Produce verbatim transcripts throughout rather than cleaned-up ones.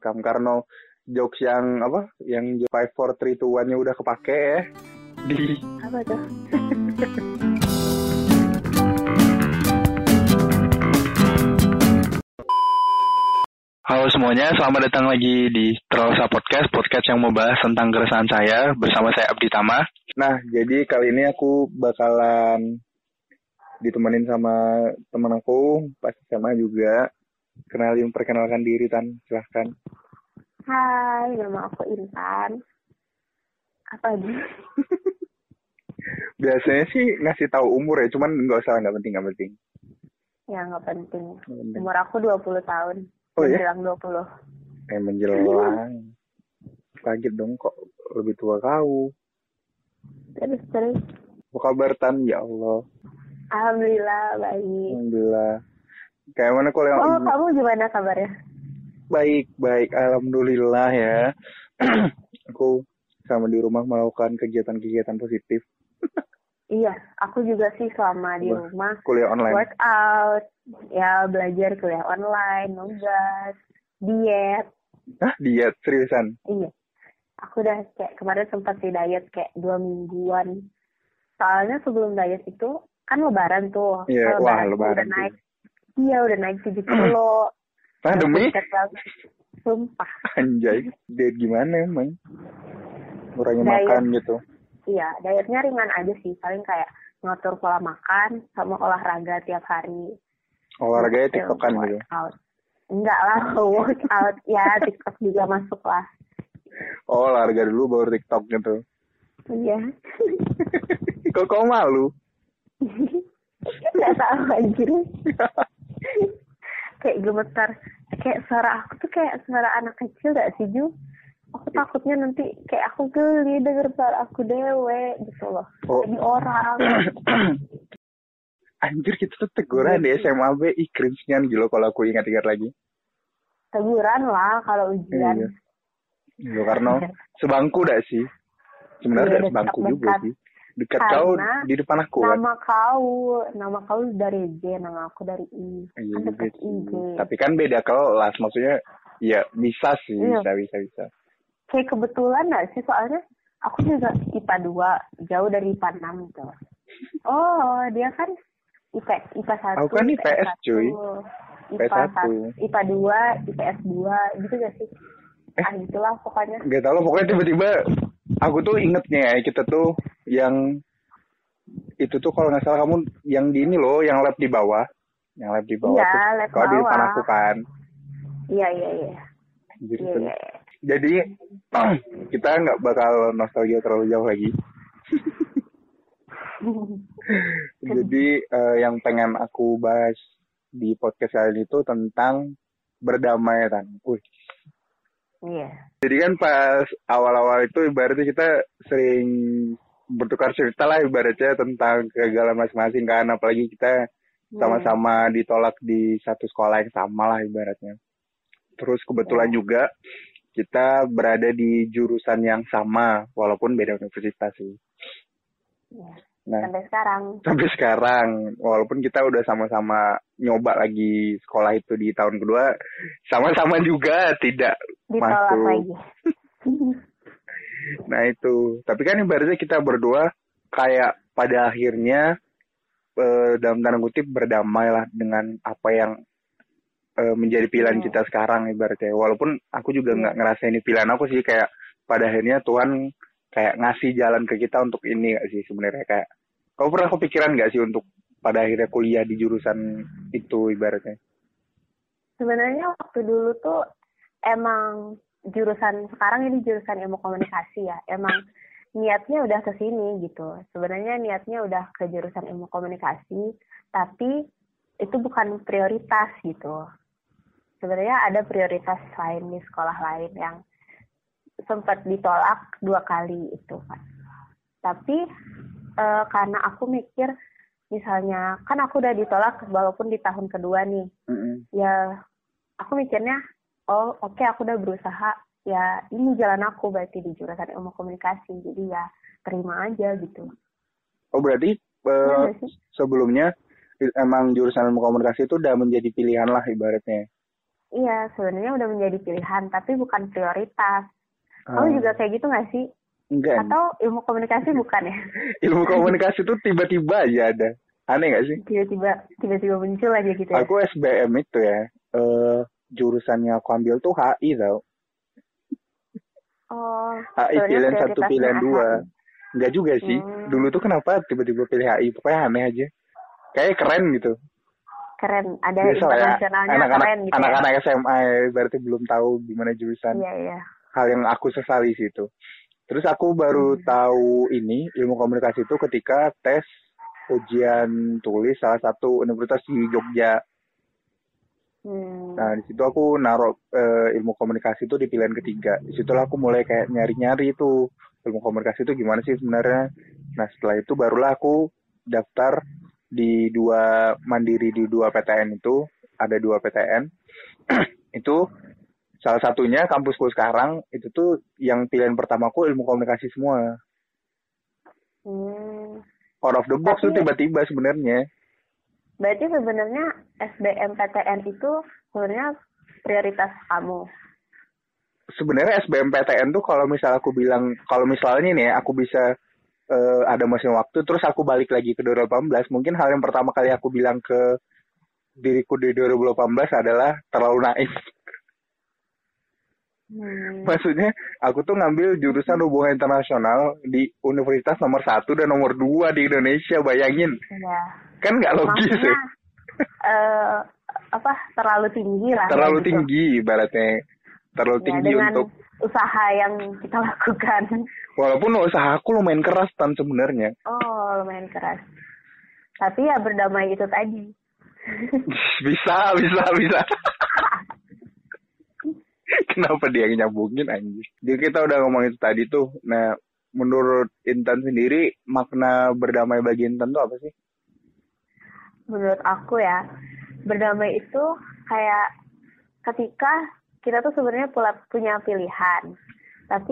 direkam karena jokes yang apa yang five four three two one nya udah kepake ya di apa tuh? Halo semuanya, selamat datang lagi di Trosa Podcast, podcast yang membahas tentang keresahan saya bersama saya Abdi Tama. Nah, jadi kali ini aku bakalan ditemenin sama teman aku, pas S M A juga. Kenalin, perkenalkan diri, Tan, silahkan. Hai, nama aku Intan. Apa aja? Biasanya sih ngasih tahu umur ya, cuman nggak usah, nggak penting, nggak penting. Ya nggak penting. Nggak penting. Umur aku dua puluh tahun. Oh ya? Menjelang dua puluh. Eh menjelang. Kaget dong kok lebih tua kau. Terus terus. Apa kabar, Tan? Ya Allah. Alhamdulillah baik. Alhamdulillah. Kayak mana kalau yang... Oh, kamu gimana kabarnya? Baik, baik. Alhamdulillah ya. Aku sama di rumah melakukan kegiatan-kegiatan positif. Iya, aku juga sih selama di Wah, rumah. kuliah online. Workout, ya belajar kuliah online, nugas, diet. Hah, diet? Seriusan? Iya. Aku udah kayak kemarin sempat di diet kayak dua mingguan. Soalnya sebelum diet itu kan lebaran tuh. Iya, Kalau wah tuh lebaran udah tuh. naik. Iya, udah naik tujuh kilo. Ah, demi? Sumpah. Anjay, diet gimana emang? Ngurangin Diet. makan gitu. Iya, dietnya ringan aja sih. Paling kayak ngatur pola makan sama olahraga tiap hari. Olahraganya Gitu, tiktokan gitu. workout. Enggak lah, workout. Ya, TikTok juga masuk lah. Oh, olahraga dulu baru tiktok gitu. Iya. Kok kau malu? Nggak tahu anjir. Kayak gemetar. Kayak suara aku tuh kayak suara anak kecil gak sih, Ju? Aku takutnya nanti kayak aku geli denger suara aku dewe gitu loh. Oh. Jadi orang. Anjir, kita tuh teguran di S M A B. Ih, cringe-nya gitu kalau aku ingat-ingat lagi. Teguran lah kalau ujian. Iya. Iya, karena sebangku dak sih. Sebenarnya Iya, sebangku dekat-dekat. juga sih. Dekat kau Karena di depan aku kan. Nama kau, nama kau dari J, nama aku dari I. Iya Kan juga dekat sih. I J. Tapi kan beda kelas, maksudnya ya bisa sih, Iya. bisa bisa bisa. Kayak kebetulan gak sih, soalnya aku juga I P A dua, jauh dari I P A enam gitu. Oh, dia kan I P I P A satu. Aku kan I P S, cuy. I P A satu, I P A dua, I P S dua, gitu gak sih? Eh, ah, gitulah pokoknya. Gak tau loh, pokoknya tiba-tiba aku tuh ingetnya ya, kita tuh yang itu tuh kalau nggak salah kamu yang di ini loh, yang lab di bawah. Yang lab di bawah Iya, tuh. lab Kau di depan bawah. aku kan. Iya, iya, iya. Jadi, Iya, iya. jadi kita nggak bakal nostalgia terlalu jauh lagi. Jadi uh, yang pengen aku bahas di podcast kali ini tuh tentang berdamai kan. Wih. Iya. Jadi kan pas awal-awal itu ibaratnya kita sering bertukar cerita lah ibaratnya tentang kegagalan masing-masing kan. Apalagi kita sama-sama ditolak di satu sekolah yang sama lah ibaratnya. Terus kebetulan Ya. juga kita berada di jurusan yang sama walaupun beda universitas sih. Ya. Nah, Sampai sekarang. sampai sekarang walaupun kita udah sama-sama nyoba lagi sekolah itu di tahun kedua, sama-sama juga tidak Ditolak masuk. lagi. Nah itu, tapi kan ibaratnya kita berdua kayak pada akhirnya eh, dalam tanda kutip berdamai lah dengan apa yang eh, menjadi pilihan Hmm. kita sekarang ibaratnya. Walaupun aku juga nggak Hmm. ngerasain ini pilihan aku sih, kayak pada akhirnya Tuhan kayak ngasih jalan ke kita untuk ini nggak sih sebenarnya. Kayak kau pernah kepikiran nggak sih untuk pada akhirnya kuliah di jurusan itu ibaratnya? Sebenarnya waktu dulu tuh emang jurusan sekarang ini jurusan ilmu komunikasi ya. Emang niatnya udah ke sini gitu. Sebenarnya niatnya udah ke jurusan ilmu komunikasi, tapi itu bukan prioritas gitu. Sebenarnya ada prioritas lain di sekolah lain yang sempat ditolak dua kali itu kan. Tapi e, karena aku mikir misalnya kan aku udah ditolak walaupun di tahun kedua nih. Mm-hmm. Ya aku mikirnya oh oke okay, aku udah berusaha, ya ini jalan aku berarti di jurusan ilmu komunikasi, jadi ya terima aja gitu. Oh berarti uh, sebelumnya emang jurusan ilmu komunikasi itu udah menjadi pilihan lah ibaratnya. Iya, sebenarnya udah menjadi pilihan, tapi bukan prioritas. Kamu Hmm. juga kayak gitu nggak sih? Enggak. Atau ilmu komunikasi bukan ya? Ilmu komunikasi tuh tiba-tiba aja ada. Aneh gak sih? Tiba-tiba, tiba-tiba muncul aja gitu ya? Aku S B M itu ya, eh jurusannya aku ambil tuh H I tau. Oh, H I sebenarnya pilihan satu, prioritasnya pilihan dua. H I. Enggak juga sih. Hmm, Dulu tuh kenapa tiba-tiba pilih H I? Pokoknya aneh aja. Kayak keren gitu. keren. Ada Biasa lah ya. internasionalnya Anak-anak keren gitu ya? anak-anak S M A ya, berarti belum tahu gimana jurusan. Iya, iya. Hal yang aku sesali situ. Terus aku baru Hmm. tahu ini ilmu komunikasi itu ketika tes ujian tulis salah satu universitas di Jogja. Hmm. Nah, di situ aku naruh eh, ilmu komunikasi itu di pilihan ketiga. Di situlah aku mulai kayak nyari-nyari itu ilmu komunikasi itu gimana sih sebenarnya. Nah, setelah itu barulah aku daftar di dua mandiri di dua P T N itu, ada dua P T N. Itu salah satunya kampusku sekarang itu tuh yang pilihan pertamaku ilmu komunikasi semua. Hmm. Out of the box tuh Tapi tiba-tiba sebenarnya. berarti sebenarnya S B M P T N itu sebenarnya prioritas kamu. Sebenarnya S B M P T N tuh kalau misal aku bilang, kalau misalnya nih aku bisa uh, ada mesin waktu, terus aku balik lagi ke dua ribu delapan belas, mungkin hal yang pertama kali aku bilang ke diriku di dua ribu delapan belas adalah terlalu naif. Hmm. Maksudnya, aku tuh ngambil jurusan hubungan internasional di universitas nomor satu dan nomor dua di Indonesia, bayangin. Ya. Kan nggak logis Maksudnya, ya? uh, apa, terlalu tinggi lah. Terlalu ya, gitu. tinggi, ibaratnya. Terlalu Ya, tinggi dengan untuk... usaha yang kita lakukan. Walaupun usaha aku lumayan keras, Tan, sebenarnya. Oh, lumayan keras. Tapi ya berdamai itu tadi. Bisa, bisa, bisa. Kenapa dia yang nyambungin anjir? Jadi kita udah ngomongin tadi tuh. Nah, menurut Intan sendiri, makna berdamai bagi Intan tuh apa sih? Menurut aku ya, berdamai itu kayak ketika kita tuh sebenarnya punya pilihan. Tapi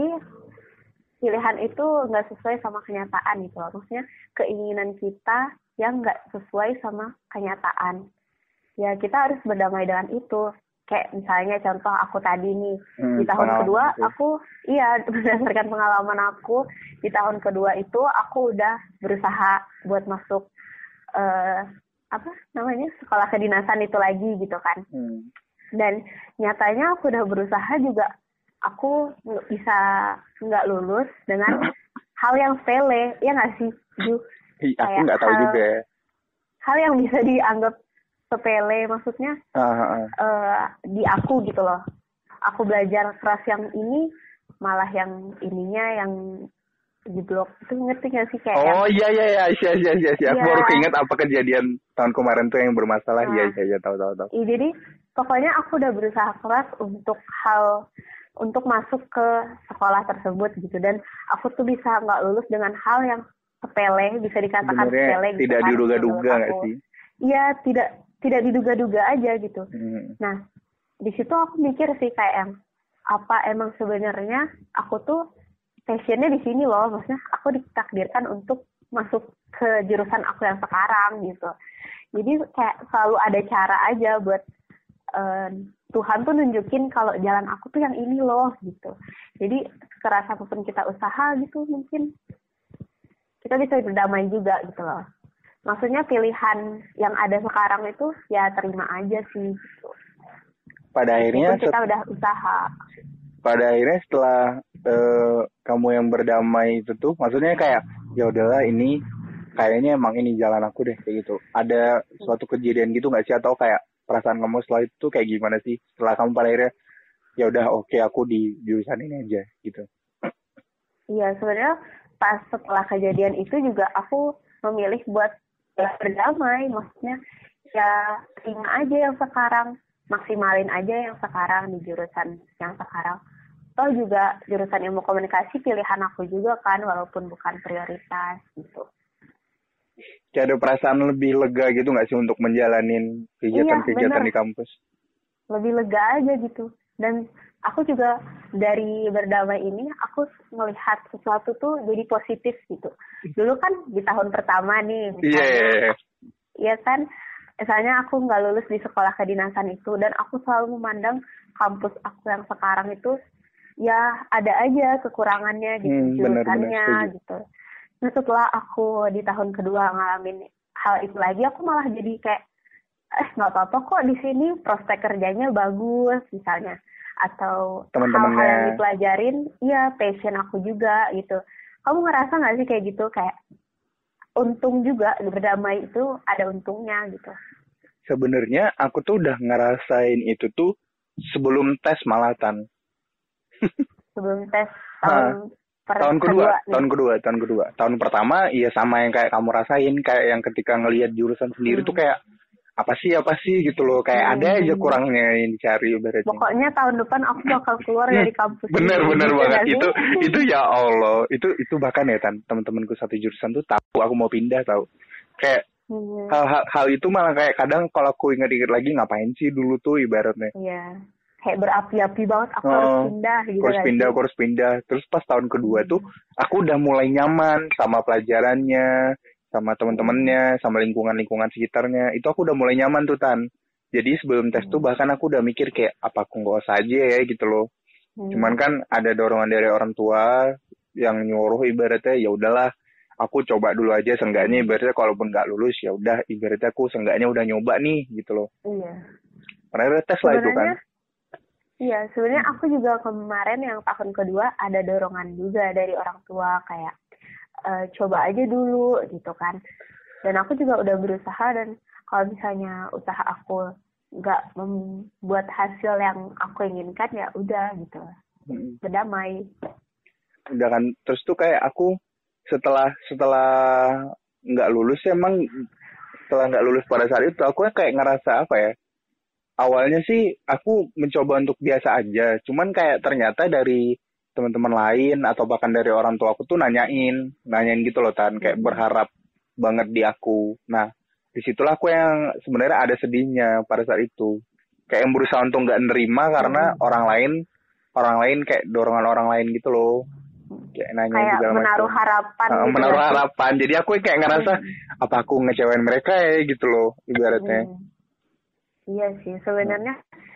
pilihan itu nggak sesuai sama kenyataan gitu loh. Maksudnya keinginan kita yang nggak sesuai sama kenyataan. Ya kita harus berdamai dengan itu. Kayak misalnya contoh aku tadi nih, hmm, di tahun kedua itu. aku, iya berdasarkan pengalaman aku, di tahun kedua itu aku udah berusaha buat masuk, uh, apa namanya, sekolah kedinasan itu lagi gitu kan. Hmm. Dan nyatanya aku udah berusaha juga, aku bisa nggak lulus dengan hal yang sepele, ya nggak sih? Ju? Aku nggak tahu hal, juga. Hal yang bisa dianggap sepele, maksudnya uh, uh. Uh, di aku gitu loh. Aku belajar keras yang ini, malah yang ininya yang di blok itu, ngerti nggak sih kayak? Oh yang, iya iya iya iya iya iya. iya. Aku baru keinget apa kejadian tahun kemarin tuh yang bermasalah. Iya nah, iya iya tahu tahu tahu. Iya, jadi pokoknya aku udah berusaha keras untuk hal untuk masuk ke sekolah tersebut gitu, dan aku tuh bisa nggak lulus dengan hal yang sepele, bisa dikatakan sebenarnya sepele gitu. Tidak kan, diduga-duga nggak sih? Iya, tidak tidak diduga-duga aja gitu. Hmm. Nah, di situ aku mikir sih kayak yang apa emang sebenarnya aku tuh passionnya di sini loh, maksudnya aku ditakdirkan untuk masuk ke jurusan aku yang sekarang gitu. Jadi kayak selalu ada cara aja buat uh, Tuhan tuh nunjukin kalau jalan aku tuh yang ini loh gitu. Jadi sekeras apapun kita usaha gitu, mungkin kita bisa berdamai juga gitu loh. Maksudnya pilihan yang ada sekarang itu ya terima aja sih gitu. Pada akhirnya kita set... udah usaha. Pada akhirnya setelah uh, kamu yang berdamai itu tuh, maksudnya kayak ya udahlah ini kayaknya emang ini jalan aku deh kayak gitu. Ada suatu kejadian gitu nggak sih, atau kayak perasaan kamu setelah itu kayak gimana sih? Setelah kamu pada akhirnya ya udah oke okay, aku di jurusan ini aja gitu. Iya, sebenarnya pas setelah kejadian itu juga aku memilih buat ya berdamai, maksudnya ya terima aja yang sekarang, maksimalin aja yang sekarang di jurusan yang sekarang. Toh juga jurusan ilmu komunikasi pilihan aku juga kan, walaupun bukan prioritas gitu. Kayak ada perasaan lebih lega gitu nggak sih untuk menjalanin kegiatan-kegiatan iya, di kampus? Lebih lega aja gitu. Dan aku juga dari berdamai ini aku melihat sesuatu tuh jadi positif gitu. Dulu kan di tahun pertama nih, misalnya, yeah. Iya kan, misalnya aku nggak lulus di sekolah kedinasan itu, dan aku selalu memandang kampus aku yang sekarang itu ya ada aja kekurangannya gitu, Hmm, benar-benar jurusannya setuju. gitu. Nah setelah aku di tahun kedua ngalamin hal itu lagi, aku malah jadi kayak eh nggak apa-apa kok di sini prospek kerjanya bagus misalnya, atau hal-hal yang Teman-temannya. dipelajarin ya passion aku juga gitu. Kamu ngerasa nggak sih kayak gitu, kayak untung juga berdamai itu ada untungnya gitu? Sebenarnya aku tuh udah ngerasain itu tuh sebelum tes malah Tan. Sebelum tes Hah, tahun per tahun kedua, kedua nih. tahun kedua, tahun kedua. Tahun pertama iya sama yang kayak kamu rasain, kayak yang ketika ngelihat jurusan sendiri tuh Hmm. kayak apa sih apa sih gitu loh, kayak ada aja Hmm. kurangnya yang dicari ibaratnya. Pokoknya tahun depan aku bakal keluar Hmm, dari kampus bener ini, bener gitu banget nggak sih? itu itu ya Allah, itu itu bahkan ya Tan, teman-temanku satu jurusan tuh tahu aku mau pindah, tahu kayak Hmm. hal-hal hal itu malah kayak kadang kalau aku ingat-ingat lagi ngapain sih dulu tuh ibaratnya. Iya. Kayak berapi-api banget, aku harus Oh, pindah gitu aku harus nggak pindah, sih? aku harus pindah. Terus pas tahun kedua tuh, Hmm. aku udah mulai nyaman sama pelajarannya, sama Hmm. teman-temannya, sama lingkungan-lingkungan sekitarnya. Itu aku udah mulai nyaman tuh, Tan. Jadi sebelum tes tuh Hmm. bahkan aku udah mikir kayak, apa aku nggak usah aja ya gitu loh. Cuman Hmm. kan ada dorongan dari orang tua yang nyuruh ibaratnya, ya udahlah, aku coba dulu aja seenggaknya Hmm. ibaratnya kalaupun nggak lulus ya udah ibaratnya aku seenggaknya udah nyoba nih gitu loh. Iya. Karena ada tes lah itu kan. Sebenarnya, iya, sebenarnya aku juga kemarin yang tahun kedua ada dorongan juga dari orang tua kayak e, coba aja dulu gitu kan. Dan aku juga udah berusaha, dan kalau misalnya usaha aku nggak membuat hasil yang aku inginkan ya udah gitu, Mm-mm. berdamai. Udah kan, terus tuh kayak aku setelah setelah nggak lulus emang setelah nggak lulus pada saat itu aku kayak ngerasa apa ya, awalnya sih aku mencoba untuk biasa aja, cuman kayak ternyata dari teman-teman lain atau bahkan dari orang tua aku tuh nanyain nanyain gitu loh Tan, kayak Hmm. berharap banget di aku. Nah disitulah aku yang sebenarnya ada sedihnya pada saat itu, kayak yang berusaha untuk nggak nerima karena Hmm. orang lain orang lain kayak dorongan orang lain gitu loh, kayak nanyain Kayak segala menaruh macam. harapan Uh, gitu menaruh nggak sih? harapan. Jadi aku kayak ngerasa Hmm. apa aku ngecewain mereka ya gitu loh ibaratnya. Hmm. Iya sih, sebenarnya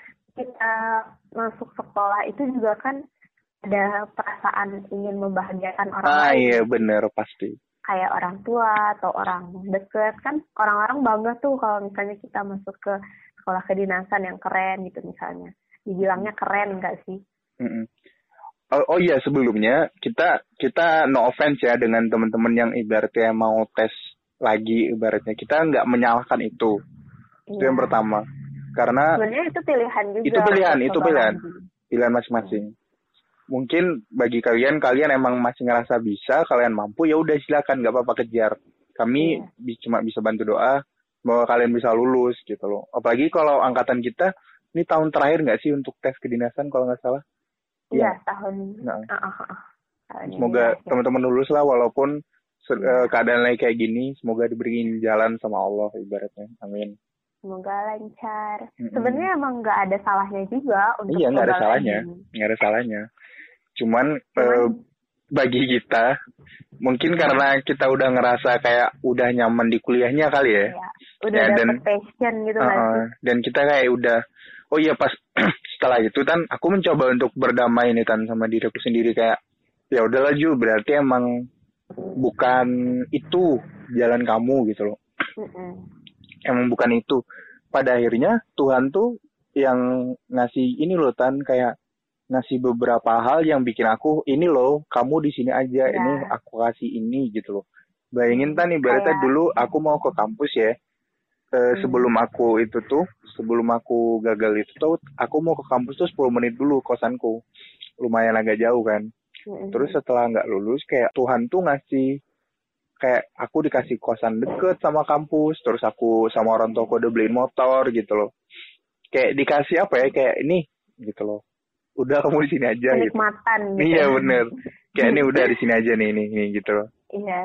kita masuk sekolah itu juga kan ada perasaan ingin membahagiakan orang Ah lain. iya bener pasti. Kayak orang tua atau orang deket kan, orang-orang bangga tuh kalau misalnya kita masuk ke sekolah kedinasan yang keren gitu misalnya. Dibilangnya keren nggak sih? Mm-mm. Oh, oh iya sebelumnya kita kita no offense ya dengan teman-teman yang ibaratnya mau tes lagi ibaratnya, kita nggak menyalahkan itu. Itu Iya. yang pertama. Karena Sebenarnya itu pilihan juga. itu pilihan, untuk itu coba pilihan. lagi. Pilihan masing-masing. Mungkin bagi kalian, kalian emang masih ngerasa bisa, kalian mampu, ya udah silakan, nggak apa-apa kejar. Kami Iya. bi- cuma bisa bantu doa bahwa kalian bisa lulus gitu loh. Apalagi kalau angkatan kita, ini tahun terakhir nggak sih untuk tes kedinasan kalau nggak salah? Iya, Ya. tahun. Nah, Uh, uh, uh. Tahun ini semoga akhir. teman-teman lulus lah walaupun se- Iya. eh, keadaan lagi kayak gini, semoga diberiin jalan sama Allah ibaratnya. Amin. Semoga lancar. Mm-mm. Sebenarnya emang nggak ada salahnya juga untuk Iya, nggak ada coba salahnya, lagi. nggak ada salahnya. Cuman, Cuman eh, bagi kita, mungkin karena kita udah ngerasa kayak udah nyaman di kuliahnya kali ya. ya, udah Ya, dapet dan passion gitu nggak uh-uh, sih? dan kita kayak udah, oh iya pas setelah itu Tan, aku mencoba untuk berdamai nih Tan sama diriku sendiri kayak, ya udahlah Ju, berarti emang bukan itu jalan kamu gitu loh. Mm-mm. Emang bukan itu. Pada akhirnya Tuhan tuh yang ngasih ini loh Tan, kayak ngasih beberapa hal yang bikin aku ini loh, kamu di sini aja, Ya. ini aku kasih ini gitu loh. Bayangin Tan, Hmm, ibaratnya kayak- dulu aku mau ke kampus ya. Eh, sebelum aku itu tuh, sebelum aku gagal itu tuh, aku mau ke kampus tuh sepuluh menit dulu kosanku. Lumayan agak jauh kan. Mm-mm. Terus setelah nggak lulus, kayak Tuhan tuh ngasih, kayak aku dikasih kosan deket sama kampus, terus aku sama orang tua aku udah beliin motor gitu loh. Kayak dikasih apa ya, kayak ini gitu loh. Udah kamu di sini aja gitu. Kenikmatan gitu. Iya bener. Kayak ini udah di sini aja nih, ini, ini gitu loh. Iya.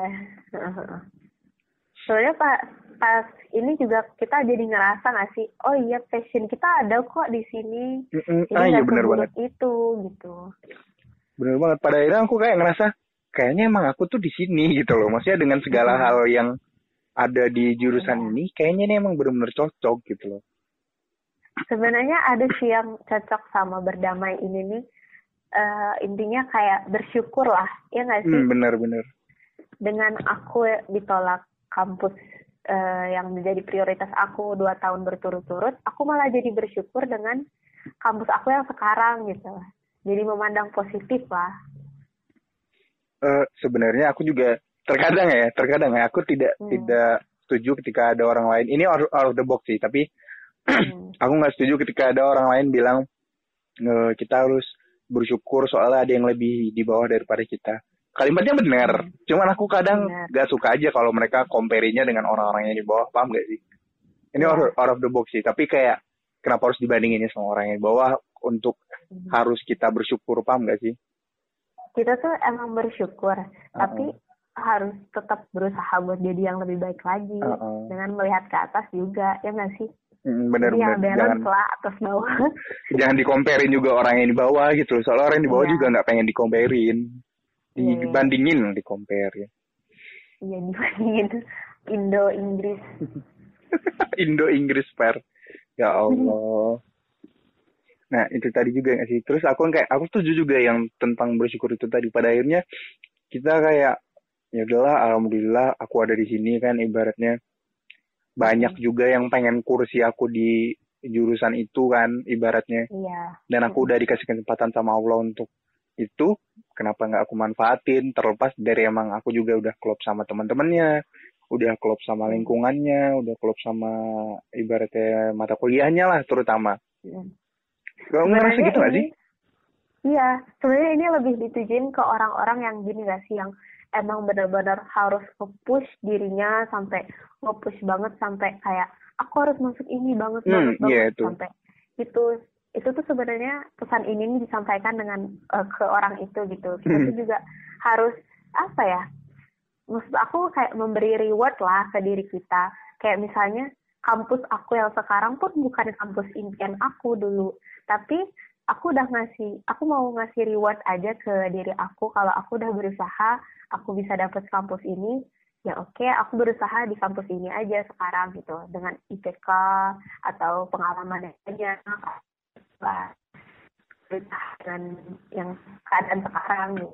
Soalnya pak pas ini juga kita jadi ngerasa nggak sih, oh iya passion kita ada kok di sini. Mm-mm. Jadi Ah iya nggak bener seburuk banget. itu gitu. Bener banget. Pada akhirnya aku kayak ngerasa, kayaknya emang aku tuh di sini gitu loh. Maksudnya dengan segala Mm-hmm. hal yang ada di jurusan Iya. ini, kayaknya ini emang benar-benar cocok gitu loh. Sebenarnya ada sih yang cocok sama berdamai ini nih. Eh, intinya kayak bersyukur lah, ya nggak sih? Hmm, benar-benar. Dengan aku ditolak kampus eh, yang menjadi prioritas aku dua tahun berturut-turut, aku malah jadi bersyukur dengan kampus aku yang sekarang gitu. Jadi memandang positif lah. Eh, sebenarnya aku juga terkadang ya, terkadang ya aku tidak Hmm. tidak setuju ketika ada orang lain. Ini out, out of the box sih, tapi Hmm. aku nggak setuju ketika ada orang lain bilang e, kita harus bersyukur soalnya ada yang lebih di bawah daripada kita. Kalimatnya benar, Hmm. cuman aku kadang Benar. nggak suka aja kalau mereka compare-nya dengan orang-orang yang di bawah, paham nggak sih? Ini Iya. out, out of the box sih, tapi kayak kenapa harus dibandinginnya sama orang yang di bawah untuk Hmm. harus kita bersyukur, paham nggak sih? Kita tuh emang bersyukur, Uh-uh. tapi harus tetap berusaha buat jadi yang lebih baik lagi. Uh-uh. Dengan melihat ke atas juga, ya nggak sih? Hmm, Jadi benar-benar yang balance jangan lah atas bawah. jangan dikomparin juga orang yang di bawah gitu. Soalnya orang yang di bawah Iya. juga nggak pengen dikomparin, di, Iya, iya. dibandingin dikompare ya. Iya, dibandingin Indo Inggris. Indo Inggris pair. Ya Allah. Nah itu tadi juga nggak sih. Terus aku kayak aku setuju juga yang tentang bersyukur itu tadi. Pada akhirnya kita kayak ya udahlah, alhamdulillah aku ada di sini kan, ibaratnya banyak juga yang pengen kursi aku di jurusan itu kan, ibaratnya. Iya. Dan aku udah dikasih kesempatan sama Allah untuk itu, kenapa nggak aku manfaatin? Terlepas dari emang aku juga udah klop sama teman-temannya, udah klop sama lingkungannya, udah klop sama ibaratnya mata kuliahnya lah terutama. Hmm. Kalau ngerasa gitu nggak sih? Iya, sebenarnya ini lebih ditujuin ke orang-orang yang gini nggak sih, yang emang benar-benar harus nge-push dirinya sampai nge-push banget sampai kayak aku harus masuk ini banget Hmm, banget banget iya itu. sampai itu itu tuh sebenarnya pesan ini nih disampaikan dengan uh, ke orang itu gitu. Kita tuh juga harus apa ya? Maksud aku kayak memberi reward lah ke diri kita. Kayak misalnya kampus aku yang sekarang pun bukan kampus impian aku dulu, tapi aku udah ngasih, aku mau ngasih reward aja ke diri aku kalau aku udah berusaha, aku bisa dapet kampus ini, ya oke, okay, aku berusaha di kampus ini aja sekarang gitu, dengan I P K atau pengalaman aja, dengan yang keadaan sekarang gitu.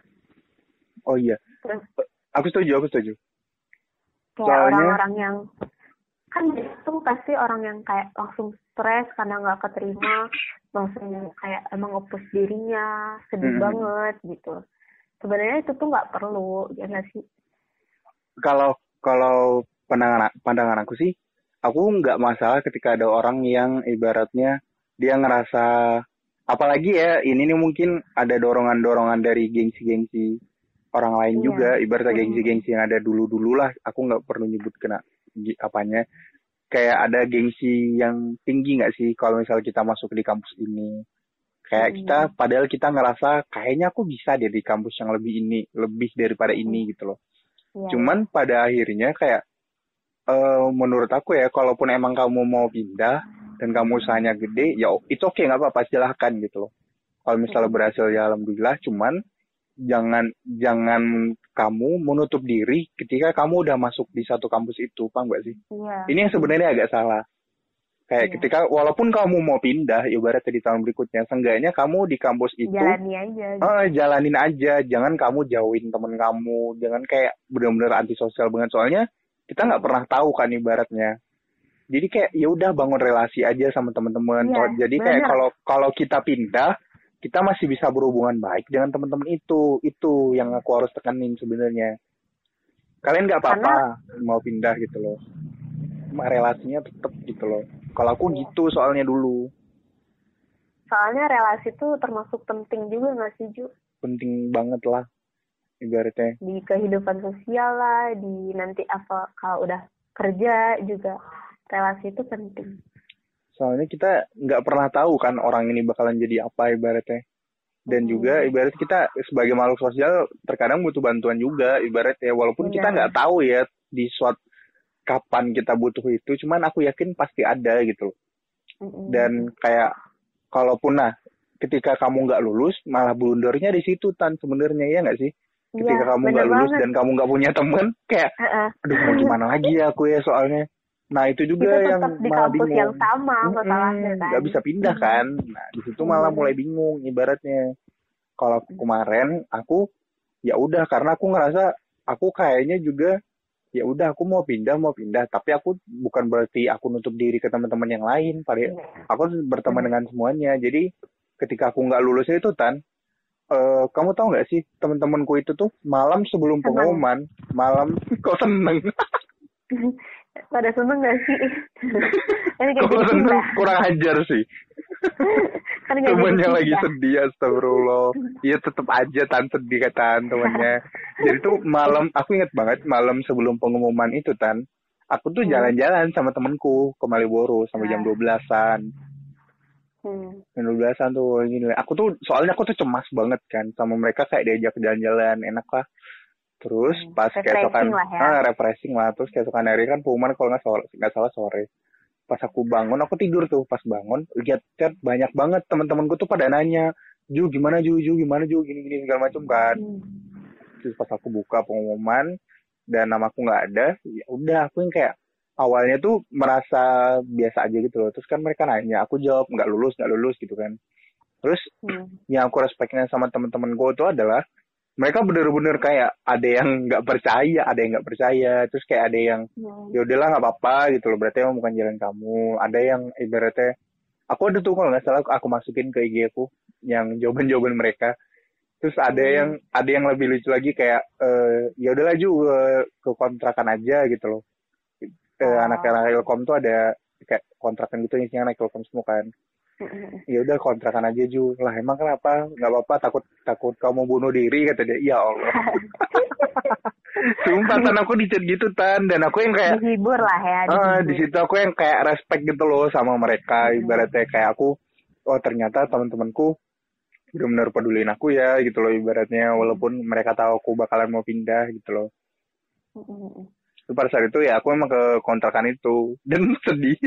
Oh iya, terus aku setuju, aku setuju. Kayak Soalnya orang-orang yang kan itu pasti orang yang kayak langsung stres karena nggak keterima, langsung kayak emang ngopus dirinya, sedih hmm. banget gitu. Sebenarnya itu tuh nggak perlu, ya nggak sih? Kalau kalau pandangan pandangan aku sih, aku nggak masalah ketika ada orang yang ibaratnya dia ngerasa, apalagi ya ini nih mungkin ada dorongan-dorongan dari gengsi-gengsi orang lain Iya. juga, ibaratnya Hmm. gengsi-gengsi yang ada dulu-dulu lah, aku nggak perlu nyebut kena apanya, kayak ada gengsi yang tinggi nggak sih kalau misalnya kita masuk di kampus ini, kayak Hmm. kita padahal kita ngerasa kayaknya aku bisa deh di kampus yang lebih ini, lebih daripada ini Hmm. gitu loh. Iya, Cuman iya. pada akhirnya kayak uh, menurut aku ya, kalaupun emang kamu mau pindah dan kamu usahanya gede, ya itu oke, nggak apa-apa, silahkan gitu loh. Kalau misalnya Hmm. berhasil ya alhamdulillah, cuman jangan jangan kamu menutup diri ketika kamu udah masuk di satu kampus itu, paham nggak sih? Iya. Ini yang sebenarnya agak salah. Kayak Iya. ketika walaupun kamu mau pindah, ibaratnya di tahun berikutnya, seenggaknya kamu di kampus itu Jalani aja. Gitu. ah, jalanin aja, jangan kamu jauhin temen kamu, jangan kayak benar-benar antisosial banget, soalnya kita nggak pernah tahu kan ibaratnya. Jadi kayak ya udah bangun relasi aja sama teman-teman. Iya, Jadi kayak bener. kalau kalau kita pindah, kita masih bisa berhubungan baik dengan teman-teman itu. Itu yang aku harus tekanin sebenarnya. Kalian nggak apa-apa Karena... mau pindah gitu loh. Relasinya tetap gitu loh. Kalau aku iya. gitu soalnya dulu. Soalnya relasi itu termasuk penting juga nggak sih, Ju? Penting banget lah, ibaratnya. Di kehidupan sosial lah, di nanti apa kalau udah kerja juga relasi itu penting. Soalnya kita nggak pernah tahu kan orang ini bakalan jadi apa ibaratnya. Dan hmm. juga ibarat kita sebagai makhluk sosial terkadang butuh bantuan juga ibaratnya. Walaupun Benar. Kita nggak tahu ya di suatu kapan kita butuh itu, cuman aku yakin pasti ada gitu. Hmm. Dan kayak kalaupun nah ketika kamu nggak lulus malah blundernya di situ Tan sebenarnya, ya nggak sih? Ketika ya, kamu nggak lulus banget. Dan kamu nggak punya teman, kayak, uh-uh. aduh mau gimana lagi ya aku ya soalnya. Nah itu juga itu yang di kampus bingung. Yang sama masalahnya kan. Nggak bisa pindah kan. Nah di situ malah hmm. mulai bingung ibaratnya. Kalau kemarin aku ya udah karena aku ngerasa aku kayaknya juga ya udah aku mau pindah mau pindah tapi aku bukan berarti aku nutup diri ke teman-teman yang lain. Pada aku berteman hmm. dengan semuanya. Jadi ketika aku nggak lulus itu Tan, uh, kamu tahu nggak sih teman-temanku itu tuh malam sebelum pengumuman malam kok seneng. Pada seneng gak sih? Kalau seneng kurang ajar sih. Kan temennya lagi sedih, astagfirullah. Iya tetep aja Tan sedih kata temennya. Jadi tuh malam, aku inget banget malam sebelum pengumuman itu Tan. Aku tuh hmm. jalan-jalan sama temenku ke Malioboro sampai jam dua belasan. Hmm. Jam dua belasan tuh gini. Aku tuh soalnya aku tuh cemas banget kan sama mereka kayak diajak jalan-jalan enak lah. Terus hmm, pas keesokan lah ya. ah, refreshing lah. Terus keesokan hari kan pengumuman kalau nggak salah, nggak salah sore. Pas aku bangun, aku tidur tuh. Pas bangun, lihat chat banyak banget teman-temanku tuh pada nanya, Ju gimana Ju, Ju gimana Ju, gini-gini segala macam kan. Hmm. Terus pas aku buka pengumuman dan namaku nggak ada, ya udah aku yang kayak awalnya tuh merasa biasa aja gitu loh. Terus kan mereka nanya, aku jawab nggak lulus, nggak lulus gitu kan. Terus hmm. yang aku respeknya sama teman-temanku itu adalah mereka bener-bener kayak ada yang nggak percaya, ada yang nggak percaya, terus kayak ada yang hmm. ya udahlah nggak apa-apa gitu loh, berarti emang bukan jalan kamu. Ada yang ibaratnya, aku ada tuh kalau nggak salah aku masukin ke I G aku yang jawaban-jawaban mereka. Terus ada hmm. yang ada yang lebih lucu lagi kayak e, ya udahlah juga ke kontrakan aja gitu loh. E, oh. Anak-anak Ilkom tuh ada kayak kontrakan gitu isinya anak Ilkom semua kan. Ya udah kontrakan aja Ju lah emang kenapa nggak apa-apa takut takut kamu bunuh diri kata dia. Ya Allah. Sumpah Tan aku dicet gitu Tan dan aku yang kayak dihibur lah ya ah di situ aku yang kayak respect gitu loh sama mereka. hmm. Ibaratnya kayak aku oh ternyata teman-temanku benar-benar pedulin aku ya gitu loh ibaratnya walaupun mereka tahu aku bakalan mau pindah gitu loh. hmm. Pada saat itu ya aku emang ke kontrakan itu dan sedih.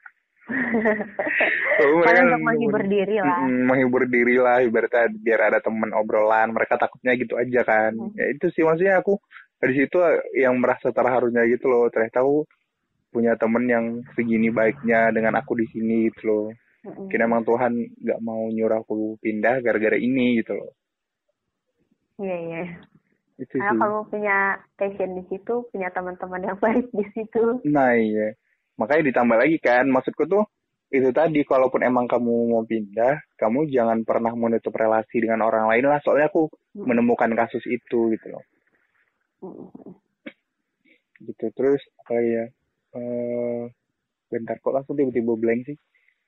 Oh, mereka untuk menghibur diri lah. Mm, menghibur diri lah, ibaratnya biar ada teman obrolan. Mereka takutnya gitu aja kan. Mm. Ya itu sih maksudnya aku dari situ yang merasa terharunya gitu loh. Ternyata aku punya temen yang segini baiknya dengan aku di sini gitu loh. Mm. Kira emang Tuhan nggak mau nyuruh aku pindah gara-gara ini gitu loh. Iya iya. Itu karena sih. Kamu punya passion di situ, punya teman-teman yang baik di situ. Nah iya. Makanya ditambah lagi kan, maksudku tuh itu tadi, kalaupun emang kamu mau pindah, kamu jangan pernah menutup relasi dengan orang lain lah, soalnya aku hmm. menemukan kasus itu gitu loh. Hmm. Gitu, terus apa ya, uh, bentar kok langsung tiba-tiba blank sih.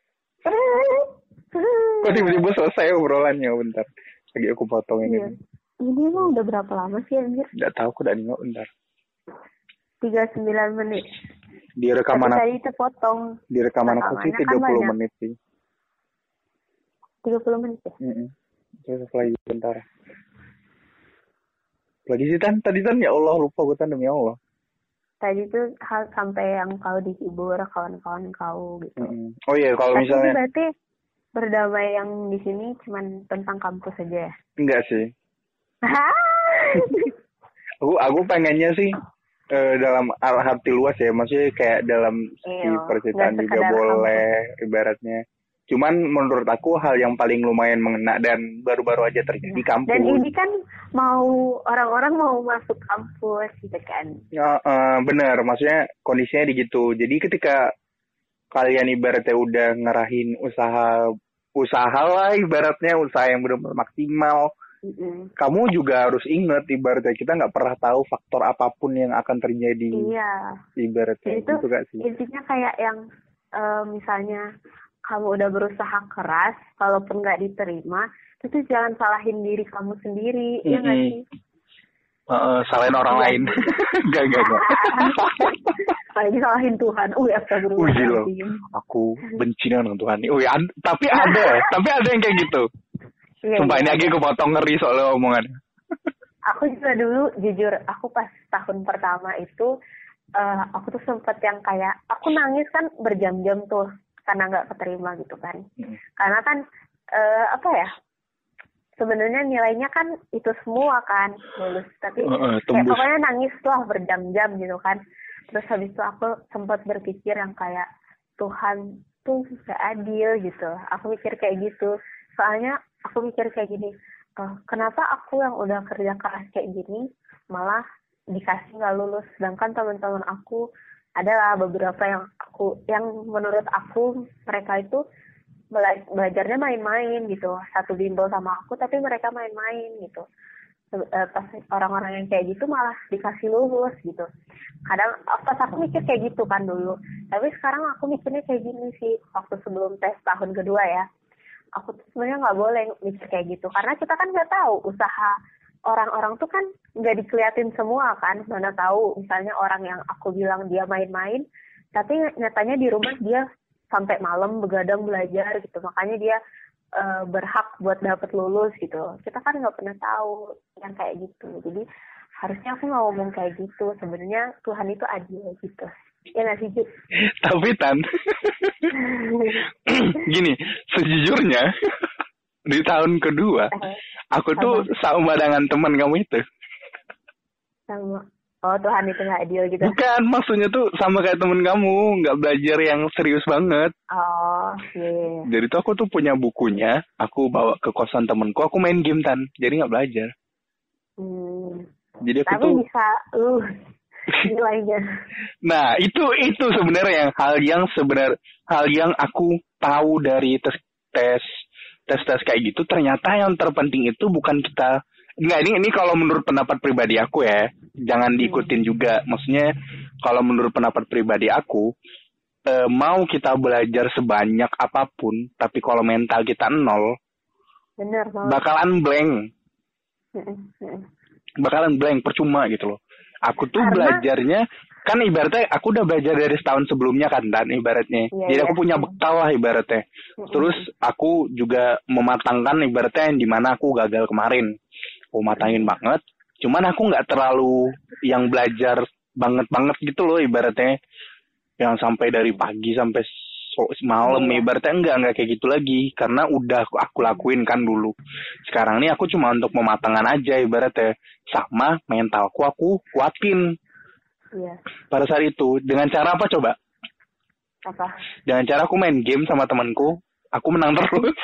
Kok tiba-tiba selesai obrolannya, bentar. Lagi aku potong ini. Iya. Ini emang udah berapa lama sih anjir? Nggak tahu, aku udah nengok, bentar. tiga puluh sembilan menit. Di rekaman aku, tadi terpotong. Di rekaman aku sih tiga puluh kan menit sih. tiga puluh menit ya? Mm-mm. Terus lagi bentar. Lagi sih Tan, tadi Tan ya Allah lupa gue Tan demi Allah. Tadi tuh hal sampai yang kau dihibur kawan-kawan kau gitu. Mm-mm. Oh iya kalau tapi misalnya. Berarti berdamai yang di sini cuman tentang kampus aja ya? Enggak sih. aku aku pengennya sih. Uh, dalam arti luas ya, maksudnya kayak dalam si percintaan juga boleh kampus. Ibaratnya. Cuman menurut aku hal yang paling lumayan mengena dan baru-baru aja terjadi di kampus. Dan ini kan mau orang-orang mau masuk kampus gitu kan. Ya, uh, benar, maksudnya kondisinya gitu. Jadi ketika kalian ibaratnya udah ngerahin usaha usaha lah ibaratnya usaha yang benar-benar maksimal. Mm-hmm. Kamu juga harus ingat ibaratnya kita nggak pernah tahu faktor apapun yang akan terjadi. Iya. Ibaratnya itu gitu gak sih? Intinya kayak yang uh, misalnya kamu udah berusaha keras, kalaupun nggak diterima, itu jangan salahin diri kamu sendiri, mm-hmm. ya nggak sih? Uh, salahin orang lain. Gak gak gak. Apalagi salahin Tuhan. Uy, astagfirullahaladzim. Aku benci dengan Tuhan. Uy, ad- tapi ada, tapi ada yang kayak gitu. Iya, sumpah iya, ini lagi aku potong ngeri soalnya omongan. Aku juga dulu jujur, aku pas tahun pertama itu, uh, aku tuh sempet yang kayak, aku nangis kan berjam-jam tuh, karena nggak keterima gitu kan. Hmm. Karena kan, uh, apa ya, sebenarnya nilainya kan itu semua kan lulus, tapi uh, uh, kayak pokoknya nangis lah berjam-jam gitu kan. Terus habis itu aku sempat berpikir yang kayak Tuhan tuh gak adil gitu. Aku mikir kayak gitu. Soalnya aku mikir kayak gini, oh, kenapa aku yang udah kerja keras kayak gini malah dikasih nggak lulus, sedangkan teman-teman aku adalah beberapa yang aku yang menurut aku mereka itu bela- belajarnya main-main gitu, satu bimbel sama aku tapi mereka main-main gitu. Se- eh, Pas orang-orang yang kayak gitu malah dikasih lulus gitu. Kadang pas aku mikir kayak gitu kan dulu, tapi sekarang aku mikirnya kayak gini sih waktu sebelum tes tahun kedua ya. Aku tuh sebenarnya nggak boleh mikir kayak gitu karena kita kan nggak tahu usaha orang-orang tuh kan nggak dikeliatin semua kan. Mana tahu misalnya orang yang aku bilang dia main-main tapi nyatanya di rumah dia sampai malam begadang belajar gitu, makanya dia uh, berhak buat dapat lulus gitu. Kita kan nggak pernah tahu yang kayak gitu. Jadi harusnya aku nggak ngomong kayak gitu. Sebenarnya Tuhan itu adil gitu. Ya nggak sih, Jut? Tapi Tan, gini, sejujurnya di tahun kedua, aku tuh sama dengan teman kamu itu. Sama. Oh, Tuhan itu nggak adil gitu? Bukan, maksudnya tuh sama kayak temen kamu, nggak belajar yang serius banget. Oh, iya. Yeah. Jadi tuh aku tuh punya bukunya, aku bawa ke kosan temenku, aku main game Tan, jadi nggak belajar. Hmm. Jadi aku Tapi tuh bisa uh nilainya. Nah, itu itu sebenarnya yang hal yang sebenar hal yang aku tahu dari tes tes tes tes kayak gitu. Ternyata yang terpenting itu bukan kita. Enggak, ini ini kalau menurut pendapat pribadi aku ya, jangan diikutin juga. Maksudnya kalau menurut pendapat pribadi aku, eh, mau kita belajar sebanyak apapun, tapi kalau mental kita nol, bener banget. bakalan blank. Bakalan blank, percuma gitu loh. Aku tuh Karena... belajarnya, kan ibaratnya aku udah belajar dari setahun sebelumnya kan, dan ibaratnya. Iya, Jadi iya. aku punya bekal lah ibaratnya. Mm-hmm. Terus aku juga mematangkan ibaratnya yang dimana aku gagal kemarin. Aku matangin mm-hmm. banget. Cuman aku nggak terlalu yang belajar banget-banget gitu loh ibaratnya. Yang sampai dari pagi sampai malam iya. ibaratnya enggak, enggak kayak gitu lagi. Karena udah aku lakuin kan dulu. Sekarang ini aku cuma untuk mematangkan aja ibaratnya. Sama mentalku aku kuatin. Iya. Pada saat itu dengan cara apa coba? Apa? Dengan cara aku main game sama temanku, aku menang terus.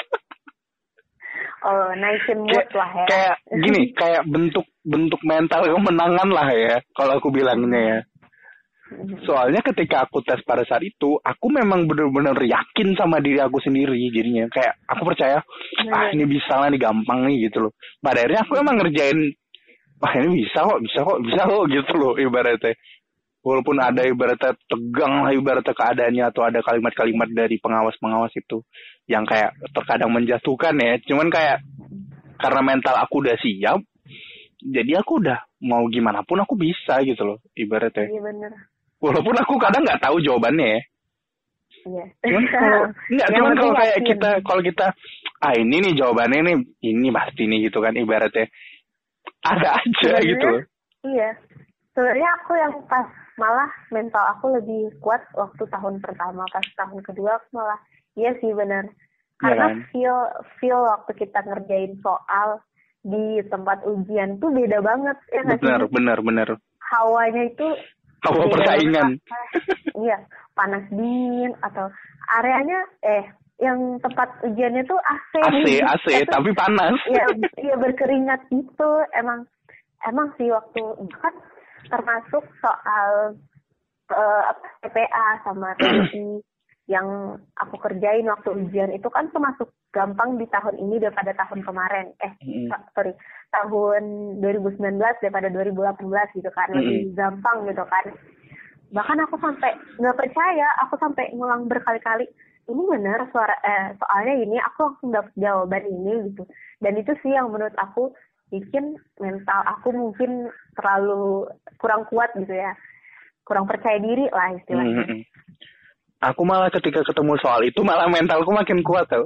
Oh, naikin mood kayak, lah ya. Kayak gini, kayak bentuk bentuk mental kemenangan lah ya, kalau aku bilangnya ya. Soalnya ketika aku tes pada saat itu, aku memang benar-benar yakin sama diri aku sendiri jadinya. Kayak aku percaya, ah ini bisa lah, ini gampang nih gitu loh. Pada akhirnya aku emang ngerjain, wah ini bisa kok, bisa kok, bisa kok gitu loh ibaratnya. Walaupun ada ibaratnya tegang lah ibaratnya keadaannya, atau ada kalimat-kalimat dari pengawas-pengawas itu yang kayak terkadang menjatuhkan ya. Cuman kayak karena mental aku udah siap, jadi aku udah mau gimana pun aku bisa gitu loh ibaratnya. Iya benar. Walaupun aku kadang nggak tahu jawabannya ya. Iya. Cuman kalau nggak, cuman kalau kayak kita, kalau kita ah ini nih jawabannya nih, ini pasti nih gitu kan ibaratnya. Ada aja sebenarnya, gitu loh. Iya. Sebenarnya aku yang pas malah mental aku lebih kuat waktu tahun pertama, pas tahun kedua aku malah iya sih benar. Karena ya kan? feel feel waktu kita ngerjain soal di tempat ujian tuh beda banget ya nggak sih? Benar, benar, benar. Hawanya itu hawa persaingan. Iya, panas dingin atau areanya eh yang tempat ujiannya tuh A C. A C, A C, itu, tapi panas. Iya, iya berkeringat itu emang emang sih waktu kan termasuk soal uh, apa T P A sama T I yang aku kerjain waktu ujian itu kan termasuk gampang di tahun ini daripada tahun kemarin. Eh, mm. sorry, tahun dua ribu sembilan belas daripada dua ribu delapan belas gitu kan. Lebih mm. gampang gitu kan. Bahkan aku sampai nggak percaya, aku sampai ngulang berkali-kali. Ini benar suara eh, soalnya ini, aku langsung dapet jawaban ini gitu. Dan itu sih yang menurut aku bikin mental aku mungkin terlalu kurang kuat gitu ya. Kurang percaya diri lah istilahnya. Mm-hmm. Aku malah ketika ketemu soal itu malah mentalku makin kuat tau.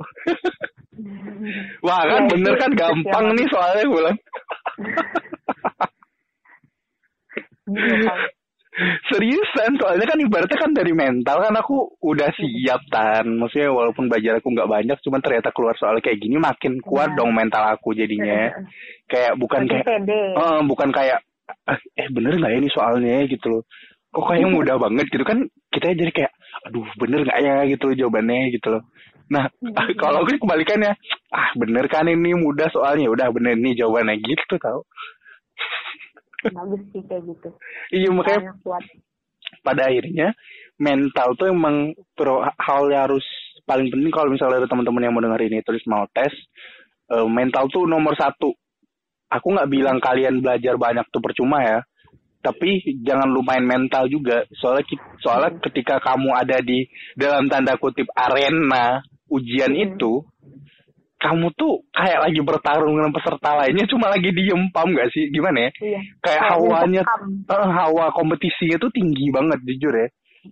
Wah kan ya, bener kan gampang nih soalnya gue bilang. Seriusan, soalnya kan ibaratnya kan dari mental kan aku udah siap Tan. Maksudnya walaupun belajar aku nggak banyak, cuman ternyata keluar soal kayak gini makin kuat Iya. dong mental aku jadinya. Kayak bukan Makin kayak, pede. eh, bukan kayak, eh eh, bener nggak ya ini soalnya gitu loh. Kok kayaknya mudah banget gitu kan? Kita jadi kayak, aduh bener nggak ya gitu loh jawabannya gitu loh. Nah, kalau aku kebalikannya, ah bener kan ini mudah soalnya, udah bener nih jawabannya gitu tau. Bagus sih kayak gitu. Iya makanya kuat. Pada akhirnya mental tuh emang pro, hal yang harus paling penting kalau misalnya ada teman-teman yang mau dengar ini terus mau tes, uh, mental tuh nomor satu. Aku nggak bilang kalian belajar banyak tuh percuma ya, tapi jangan lupain mental juga. Soalnya soalnya ketika kamu ada di dalam tanda kutip arena ujian hmm. itu, kamu tuh kayak lagi bertarung dengan peserta lainnya, cuma lagi diem, paham gak sih? Gimana ya? Iya. Kayak, kayak hawanya, uh, hawa kompetisinya tuh tinggi banget, jujur ya.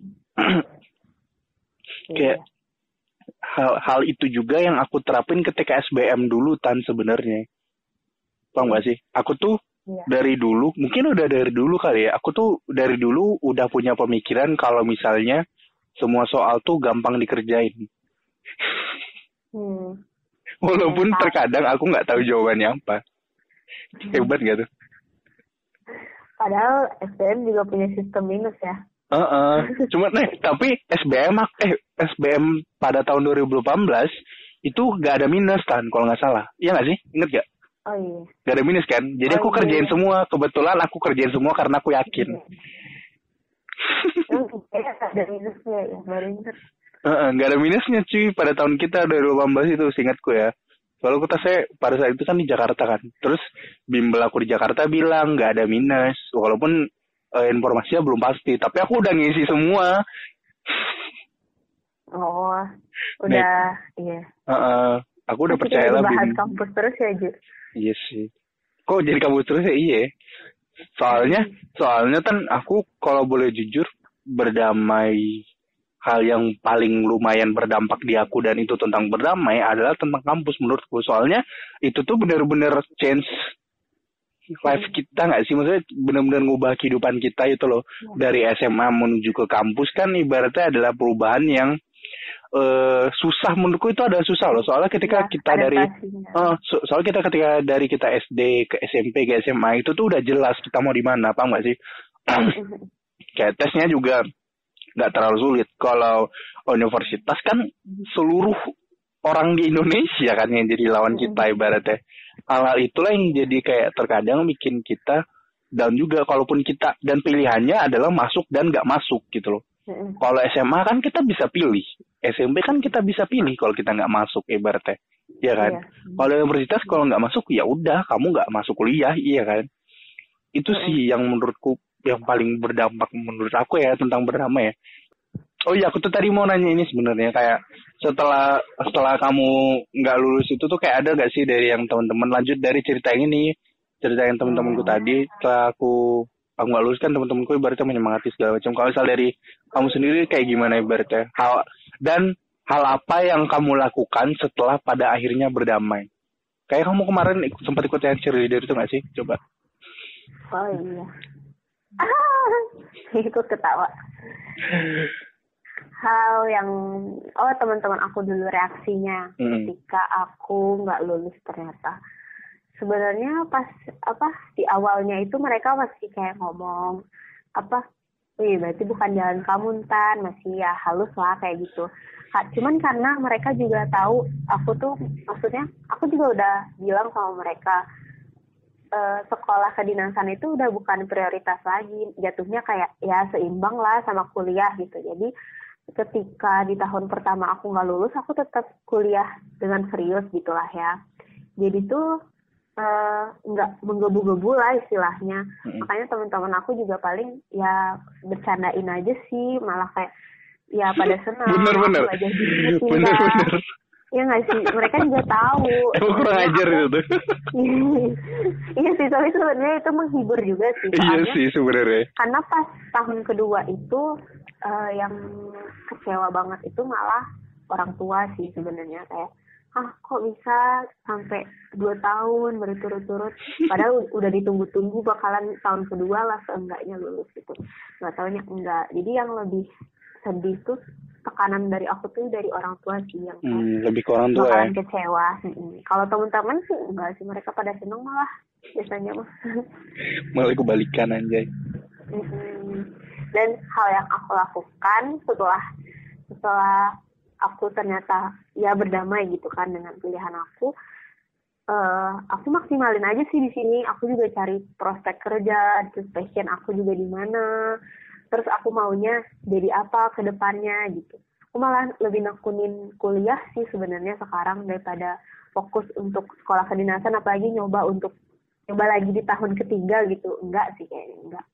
Kayak hal, hal itu juga yang aku terapin ketika S B M dulu, Tan, sebenarnya. Paham gak sih? Aku tuh iya. dari dulu, mungkin udah dari dulu kali ya, aku tuh dari dulu udah punya pemikiran kalau misalnya semua soal tuh gampang dikerjain. Hmm. Walaupun ya, terkadang aku nggak tahu jawabannya apa. Hebat gak tuh? Padahal S B M juga punya sistem minus ya. Uh-uh. Cuma nih, tapi S B M eh S B M pada tahun dua ribu delapan belas itu nggak ada minus kan, kalau nggak salah. Iya nggak sih? Ingat gak? Oh iya. Gak ada minus kan? Jadi oh, aku kerjain iya. semua. Kebetulan aku kerjain semua karena aku yakin. Iya. Ada minusnya ya, baru ingat. Uh, nggak ada minusnya cuy pada tahun kita dua ribu delapan belas itu, seingatku ya. Soalnya kita saya pada saat itu kan di Jakarta kan. Terus bimbel aku di Jakarta bilang nggak ada minus, walaupun uh, informasinya belum pasti. Tapi aku udah ngisi semua. Oh, udah, nah, iya. Uh, uh, aku udah Masih percaya lah. Bahas kampus terus ya, Ju? Iya sih. Kok jadi kampus terus ya? Iya. Soalnya, soalnya kan aku kalau boleh jujur berdamai. Hal yang paling lumayan berdampak di aku dan itu tentang berdamai adalah tentang kampus menurutku. Soalnya itu tuh benar-benar change life kita nggak sih? Maksudnya benar-benar ngubah kehidupan kita itu loh. Dari S M A menuju ke kampus kan ibaratnya adalah perubahan yang uh, susah menurutku, itu adalah susah loh. Soalnya ketika ya, kita dari uh, so, soalnya kita ketika dari kita S D ke S M P ke S M A itu tuh udah jelas kita mau di mana, paham nggak sih? Kayak tesnya juga nggak terlalu sulit. Kalau universitas kan seluruh orang di Indonesia kan yang jadi lawan kita ibaratnya. Hal-hal itulah yang jadi kayak terkadang bikin kita down juga. Kalaupun kita dan pilihannya adalah masuk dan nggak masuk gitu loh. Kalau S M A kan kita bisa pilih, S M P kan kita bisa pilih kalau kita nggak masuk ibaratnya, ya kan? Iya. Kalau universitas kalau nggak masuk ya udah kamu nggak masuk kuliah, iya kan? Itu sih yang menurutku yang paling berdampak menurut aku ya tentang berdamai ya. Oh iya, aku tuh tadi mau nanya ini sebenarnya, kayak setelah setelah kamu nggak lulus itu tuh kayak ada gak sih dari yang teman-teman, lanjut dari cerita yang ini, cerita yang teman-temanku tadi, setelah aku aku nggak lulus kan teman-temanku ibaratnya menyemangati segala macam. Kalau misal dari kamu sendiri kayak gimana ibaratnya? Hal dan hal apa yang kamu lakukan setelah pada akhirnya berdamai? Kayak kamu kemarin ikut, sempat ikut yang cheerleader itu nggak sih? Coba. Oh iya. Ah, ikut ketawa. Hal yang oh teman-teman aku dulu reaksinya hmm. ketika aku nggak lulus ternyata. Sebenarnya pas apa di awalnya itu mereka masih kayak ngomong apa, wih berarti bukan jalan kamu Tan, masih ya halus lah kayak gitu. Cuman karena mereka juga tahu aku tuh, maksudnya aku juga udah bilang sama mereka, sekolah kedinasan itu udah bukan prioritas lagi, jatuhnya kayak ya seimbang lah sama kuliah gitu. Jadi ketika di tahun pertama aku nggak lulus, aku tetap kuliah dengan serius gitulah ya. Jadi tuh nggak uh, menggebu-gebu lah istilahnya. Mm-hmm. Makanya teman-teman aku juga paling ya bercandain aja sih, malah kayak ya pada senang. Bener-bener. Bener-bener. Iya nggak sih, mereka juga tahu. Emang kurang ajar itu tuh. Iya sih, tapi sebenarnya itu menghibur juga sih. Iya sih sebenarnya. Karena pas tahun kedua itu uh, yang kecewa banget itu malah orang tua sih sebenarnya, kayak ah kok bisa sampai dua tahun berturut-turut, padahal udah ditunggu-tunggu bakalan tahun kedua lah seenggaknya lulus gitu, nggak taunya enggak. Jadi yang lebih sedih tuh tekanan dari aku tuh dari orang tua sih, yang kayak Hmm, lebih ke orang tua bakalan ya. kecewa. Hmm. Kalau teman-teman sih enggak sih, mereka pada seneng malah biasanya mah. Malah kebalikan anjay. Mm-mm. Dan hal yang aku lakukan setelah setelah aku ternyata ya berdamai gitu kan dengan pilihan aku, uh, aku maksimalin aja sih di sini. Aku juga cari prospek kerja, terus passion aku juga di mana, terus aku maunya jadi apa ke depannya gitu. Aku malah lebih nekunin kuliah sih sebenarnya sekarang daripada fokus untuk sekolah kedinasan, apalagi nyoba untuk nyoba lagi di tahun ketiga gitu. Enggak sih kayaknya, enggak.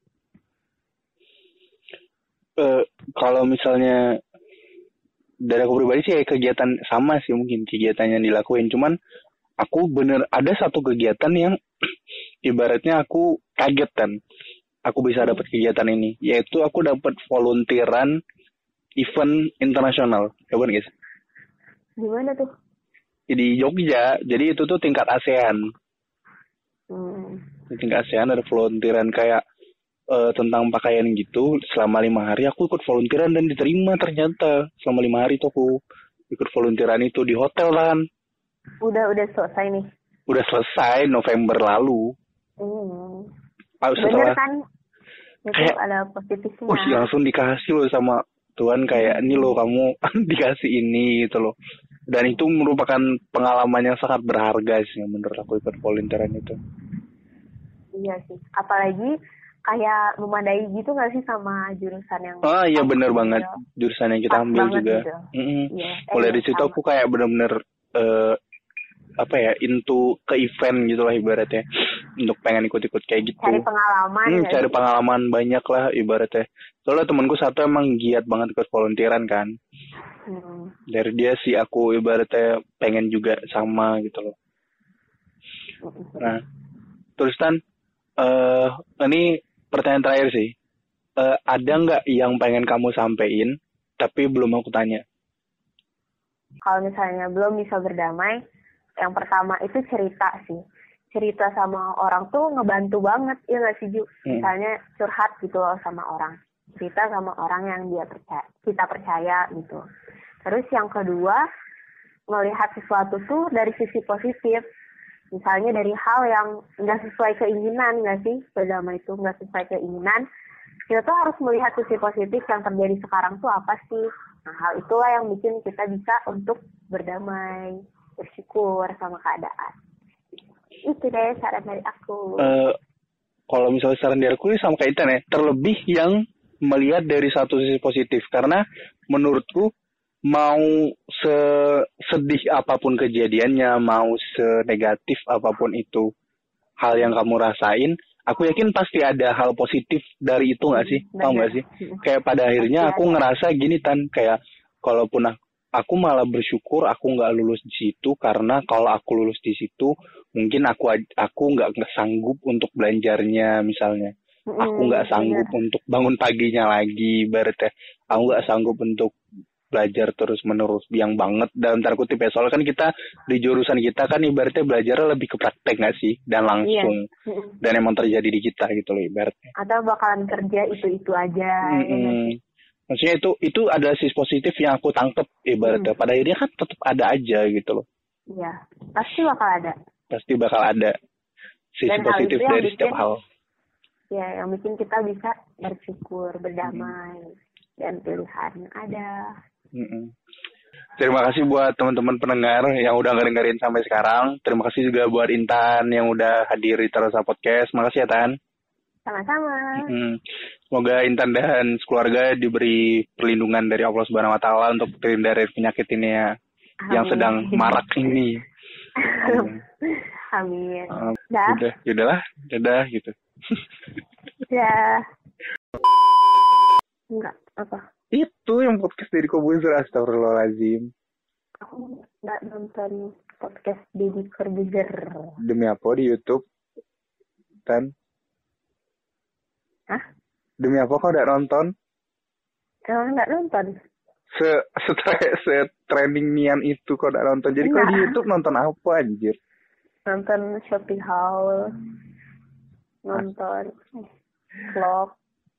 Uh, kalau misalnya dari aku pribadi sih kayak kegiatan sama sih, mungkin kegiatan yang dilakuin, cuman aku bener ada satu kegiatan yang ibaratnya aku kaget kan aku bisa dapat kegiatan ini, yaitu aku dapat volunteeran event internasional. Coba guys. Gimana tuh? Di Jogja, jadi itu tuh tingkat ASEAN. Hmm. Tingkat ASEAN ada volunteeran kayak uh, tentang pakaian gitu. Selama lima hari aku ikut volunteeran dan diterima ternyata. Selama lima hari tuh aku ikut volunteeran itu di hotel kan. Udah udah selesai nih. Udah selesai November lalu. Hmm. Setelah, bener kan? Itu kayak, ada positifnya. Oh sih, langsung dikasih loh sama Tuhan kayak, ini loh kamu dikasih ini gitu loh. Dan itu merupakan pengalaman yang sangat berharga sih menurut aku ikut volunteeran itu. Iya sih, apalagi kayak memadai gitu nggak sih sama jurusan yang Ah iya benar banget, jurusan yang kita pas ambil juga. Gitu. Mm-hmm. Iya, eh, Mulai iya, dari situ sama. aku kayak benar-benar uh, apa ya, into ke event gitu lah ibaratnya, untuk pengen ikut-ikut kayak gitu. Cari pengalaman. Hmm, cari sih? pengalaman banyak lah ibaratnya. Soalnya temanku satu emang giat banget ikut volunteeran kan. Hmm. Dari dia sih aku ibaratnya pengen juga sama gitu loh. Nah, terus Tan, uh, ini pertanyaan terakhir sih. Uh, ada nggak yang pengen kamu sampein tapi belum aku tanya? Kalau misalnya belum bisa berdamai, yang pertama itu cerita sih. Cerita sama orang tuh ngebantu banget, ya nggak sih Ju? Hmm. Misalnya curhat gitu loh sama orang. Cerita sama orang yang dia percaya, kita percaya gitu. Terus yang kedua, melihat sesuatu tuh dari sisi positif. Misalnya dari hal yang nggak sesuai keinginan, nggak sih? Berdamai itu nggak sesuai keinginan. Kita tuh harus melihat sisi positif yang terjadi sekarang tuh apa sih? Nah, hal itulah yang bikin kita bisa untuk berdamai, bersyukur sama keadaan. Itu deh saran dari aku. Uh, kalau misalnya saran dari aku sama kayak Itan ya, terlebih yang melihat dari satu sisi positif. Karena menurutku mau sesedih apapun kejadiannya, mau senegatif apapun itu hal yang kamu rasain, aku yakin pasti ada hal positif dari itu nggak sih? Tahu nggak sih? Kayak pada akhirnya aku ngerasa gini Tan, kayak kalaupun aku malah bersyukur aku nggak lulus di situ, karena kalau aku lulus di situ mungkin aku aku nggak sanggup untuk belajarnya misalnya. Aku nggak sanggup mm, untuk bangun paginya lagi, berarti aku nggak sanggup untuk belajar terus menerus yang banget dalam tanda kutip ya, soalnya kan kita di jurusan kita kan ibaratnya belajarnya lebih ke praktek nggak sih, dan langsung iya. Dan emang terjadi di kita gitu loh ibaratnya. Atau bakalan kerja itu-itu aja. Mm-hmm. Ya, maksudnya itu itu ada sisi positif yang aku tangkep ibaratnya. Hmm. Pada akhirnya kan tetap ada aja gitu loh. Iya, pasti bakal ada. Pasti bakal ada sisi dan positif dari bikin, setiap hal. Ya, yang bikin kita bisa bersyukur, berdamai, hmm. dan pilihan ada. Mm-mm. Terima kasih buat teman-teman pendengar yang udah ngedengerin sampai sekarang. Terima kasih juga buat Intan yang udah hadir di Terasa Podcast. Makasih ya Tan. Sama-sama. Mm-hmm. Semoga Intan dan keluarga diberi perlindungan dari Allah Subhanahu Wa Taala untuk terhindar dari penyakit ini ya, Amin. Yang sedang marak ini. Amin. Amin. Um, udah, udahlah, udah gitu. Ya. Enggak, apa? Itu yang podcast dari Kobuzer, astagfirullahaladzim. Aku nggak nonton podcast Deddy Corbuzier. Demi apa di YouTube? Tan? Hah? Demi apa kau nggak nonton? Emang nggak nonton? se se se trending nian itu kok udah nonton. Jadi kalau di YouTube nonton apa anjir? Nonton Shopee Haul, nonton vlog.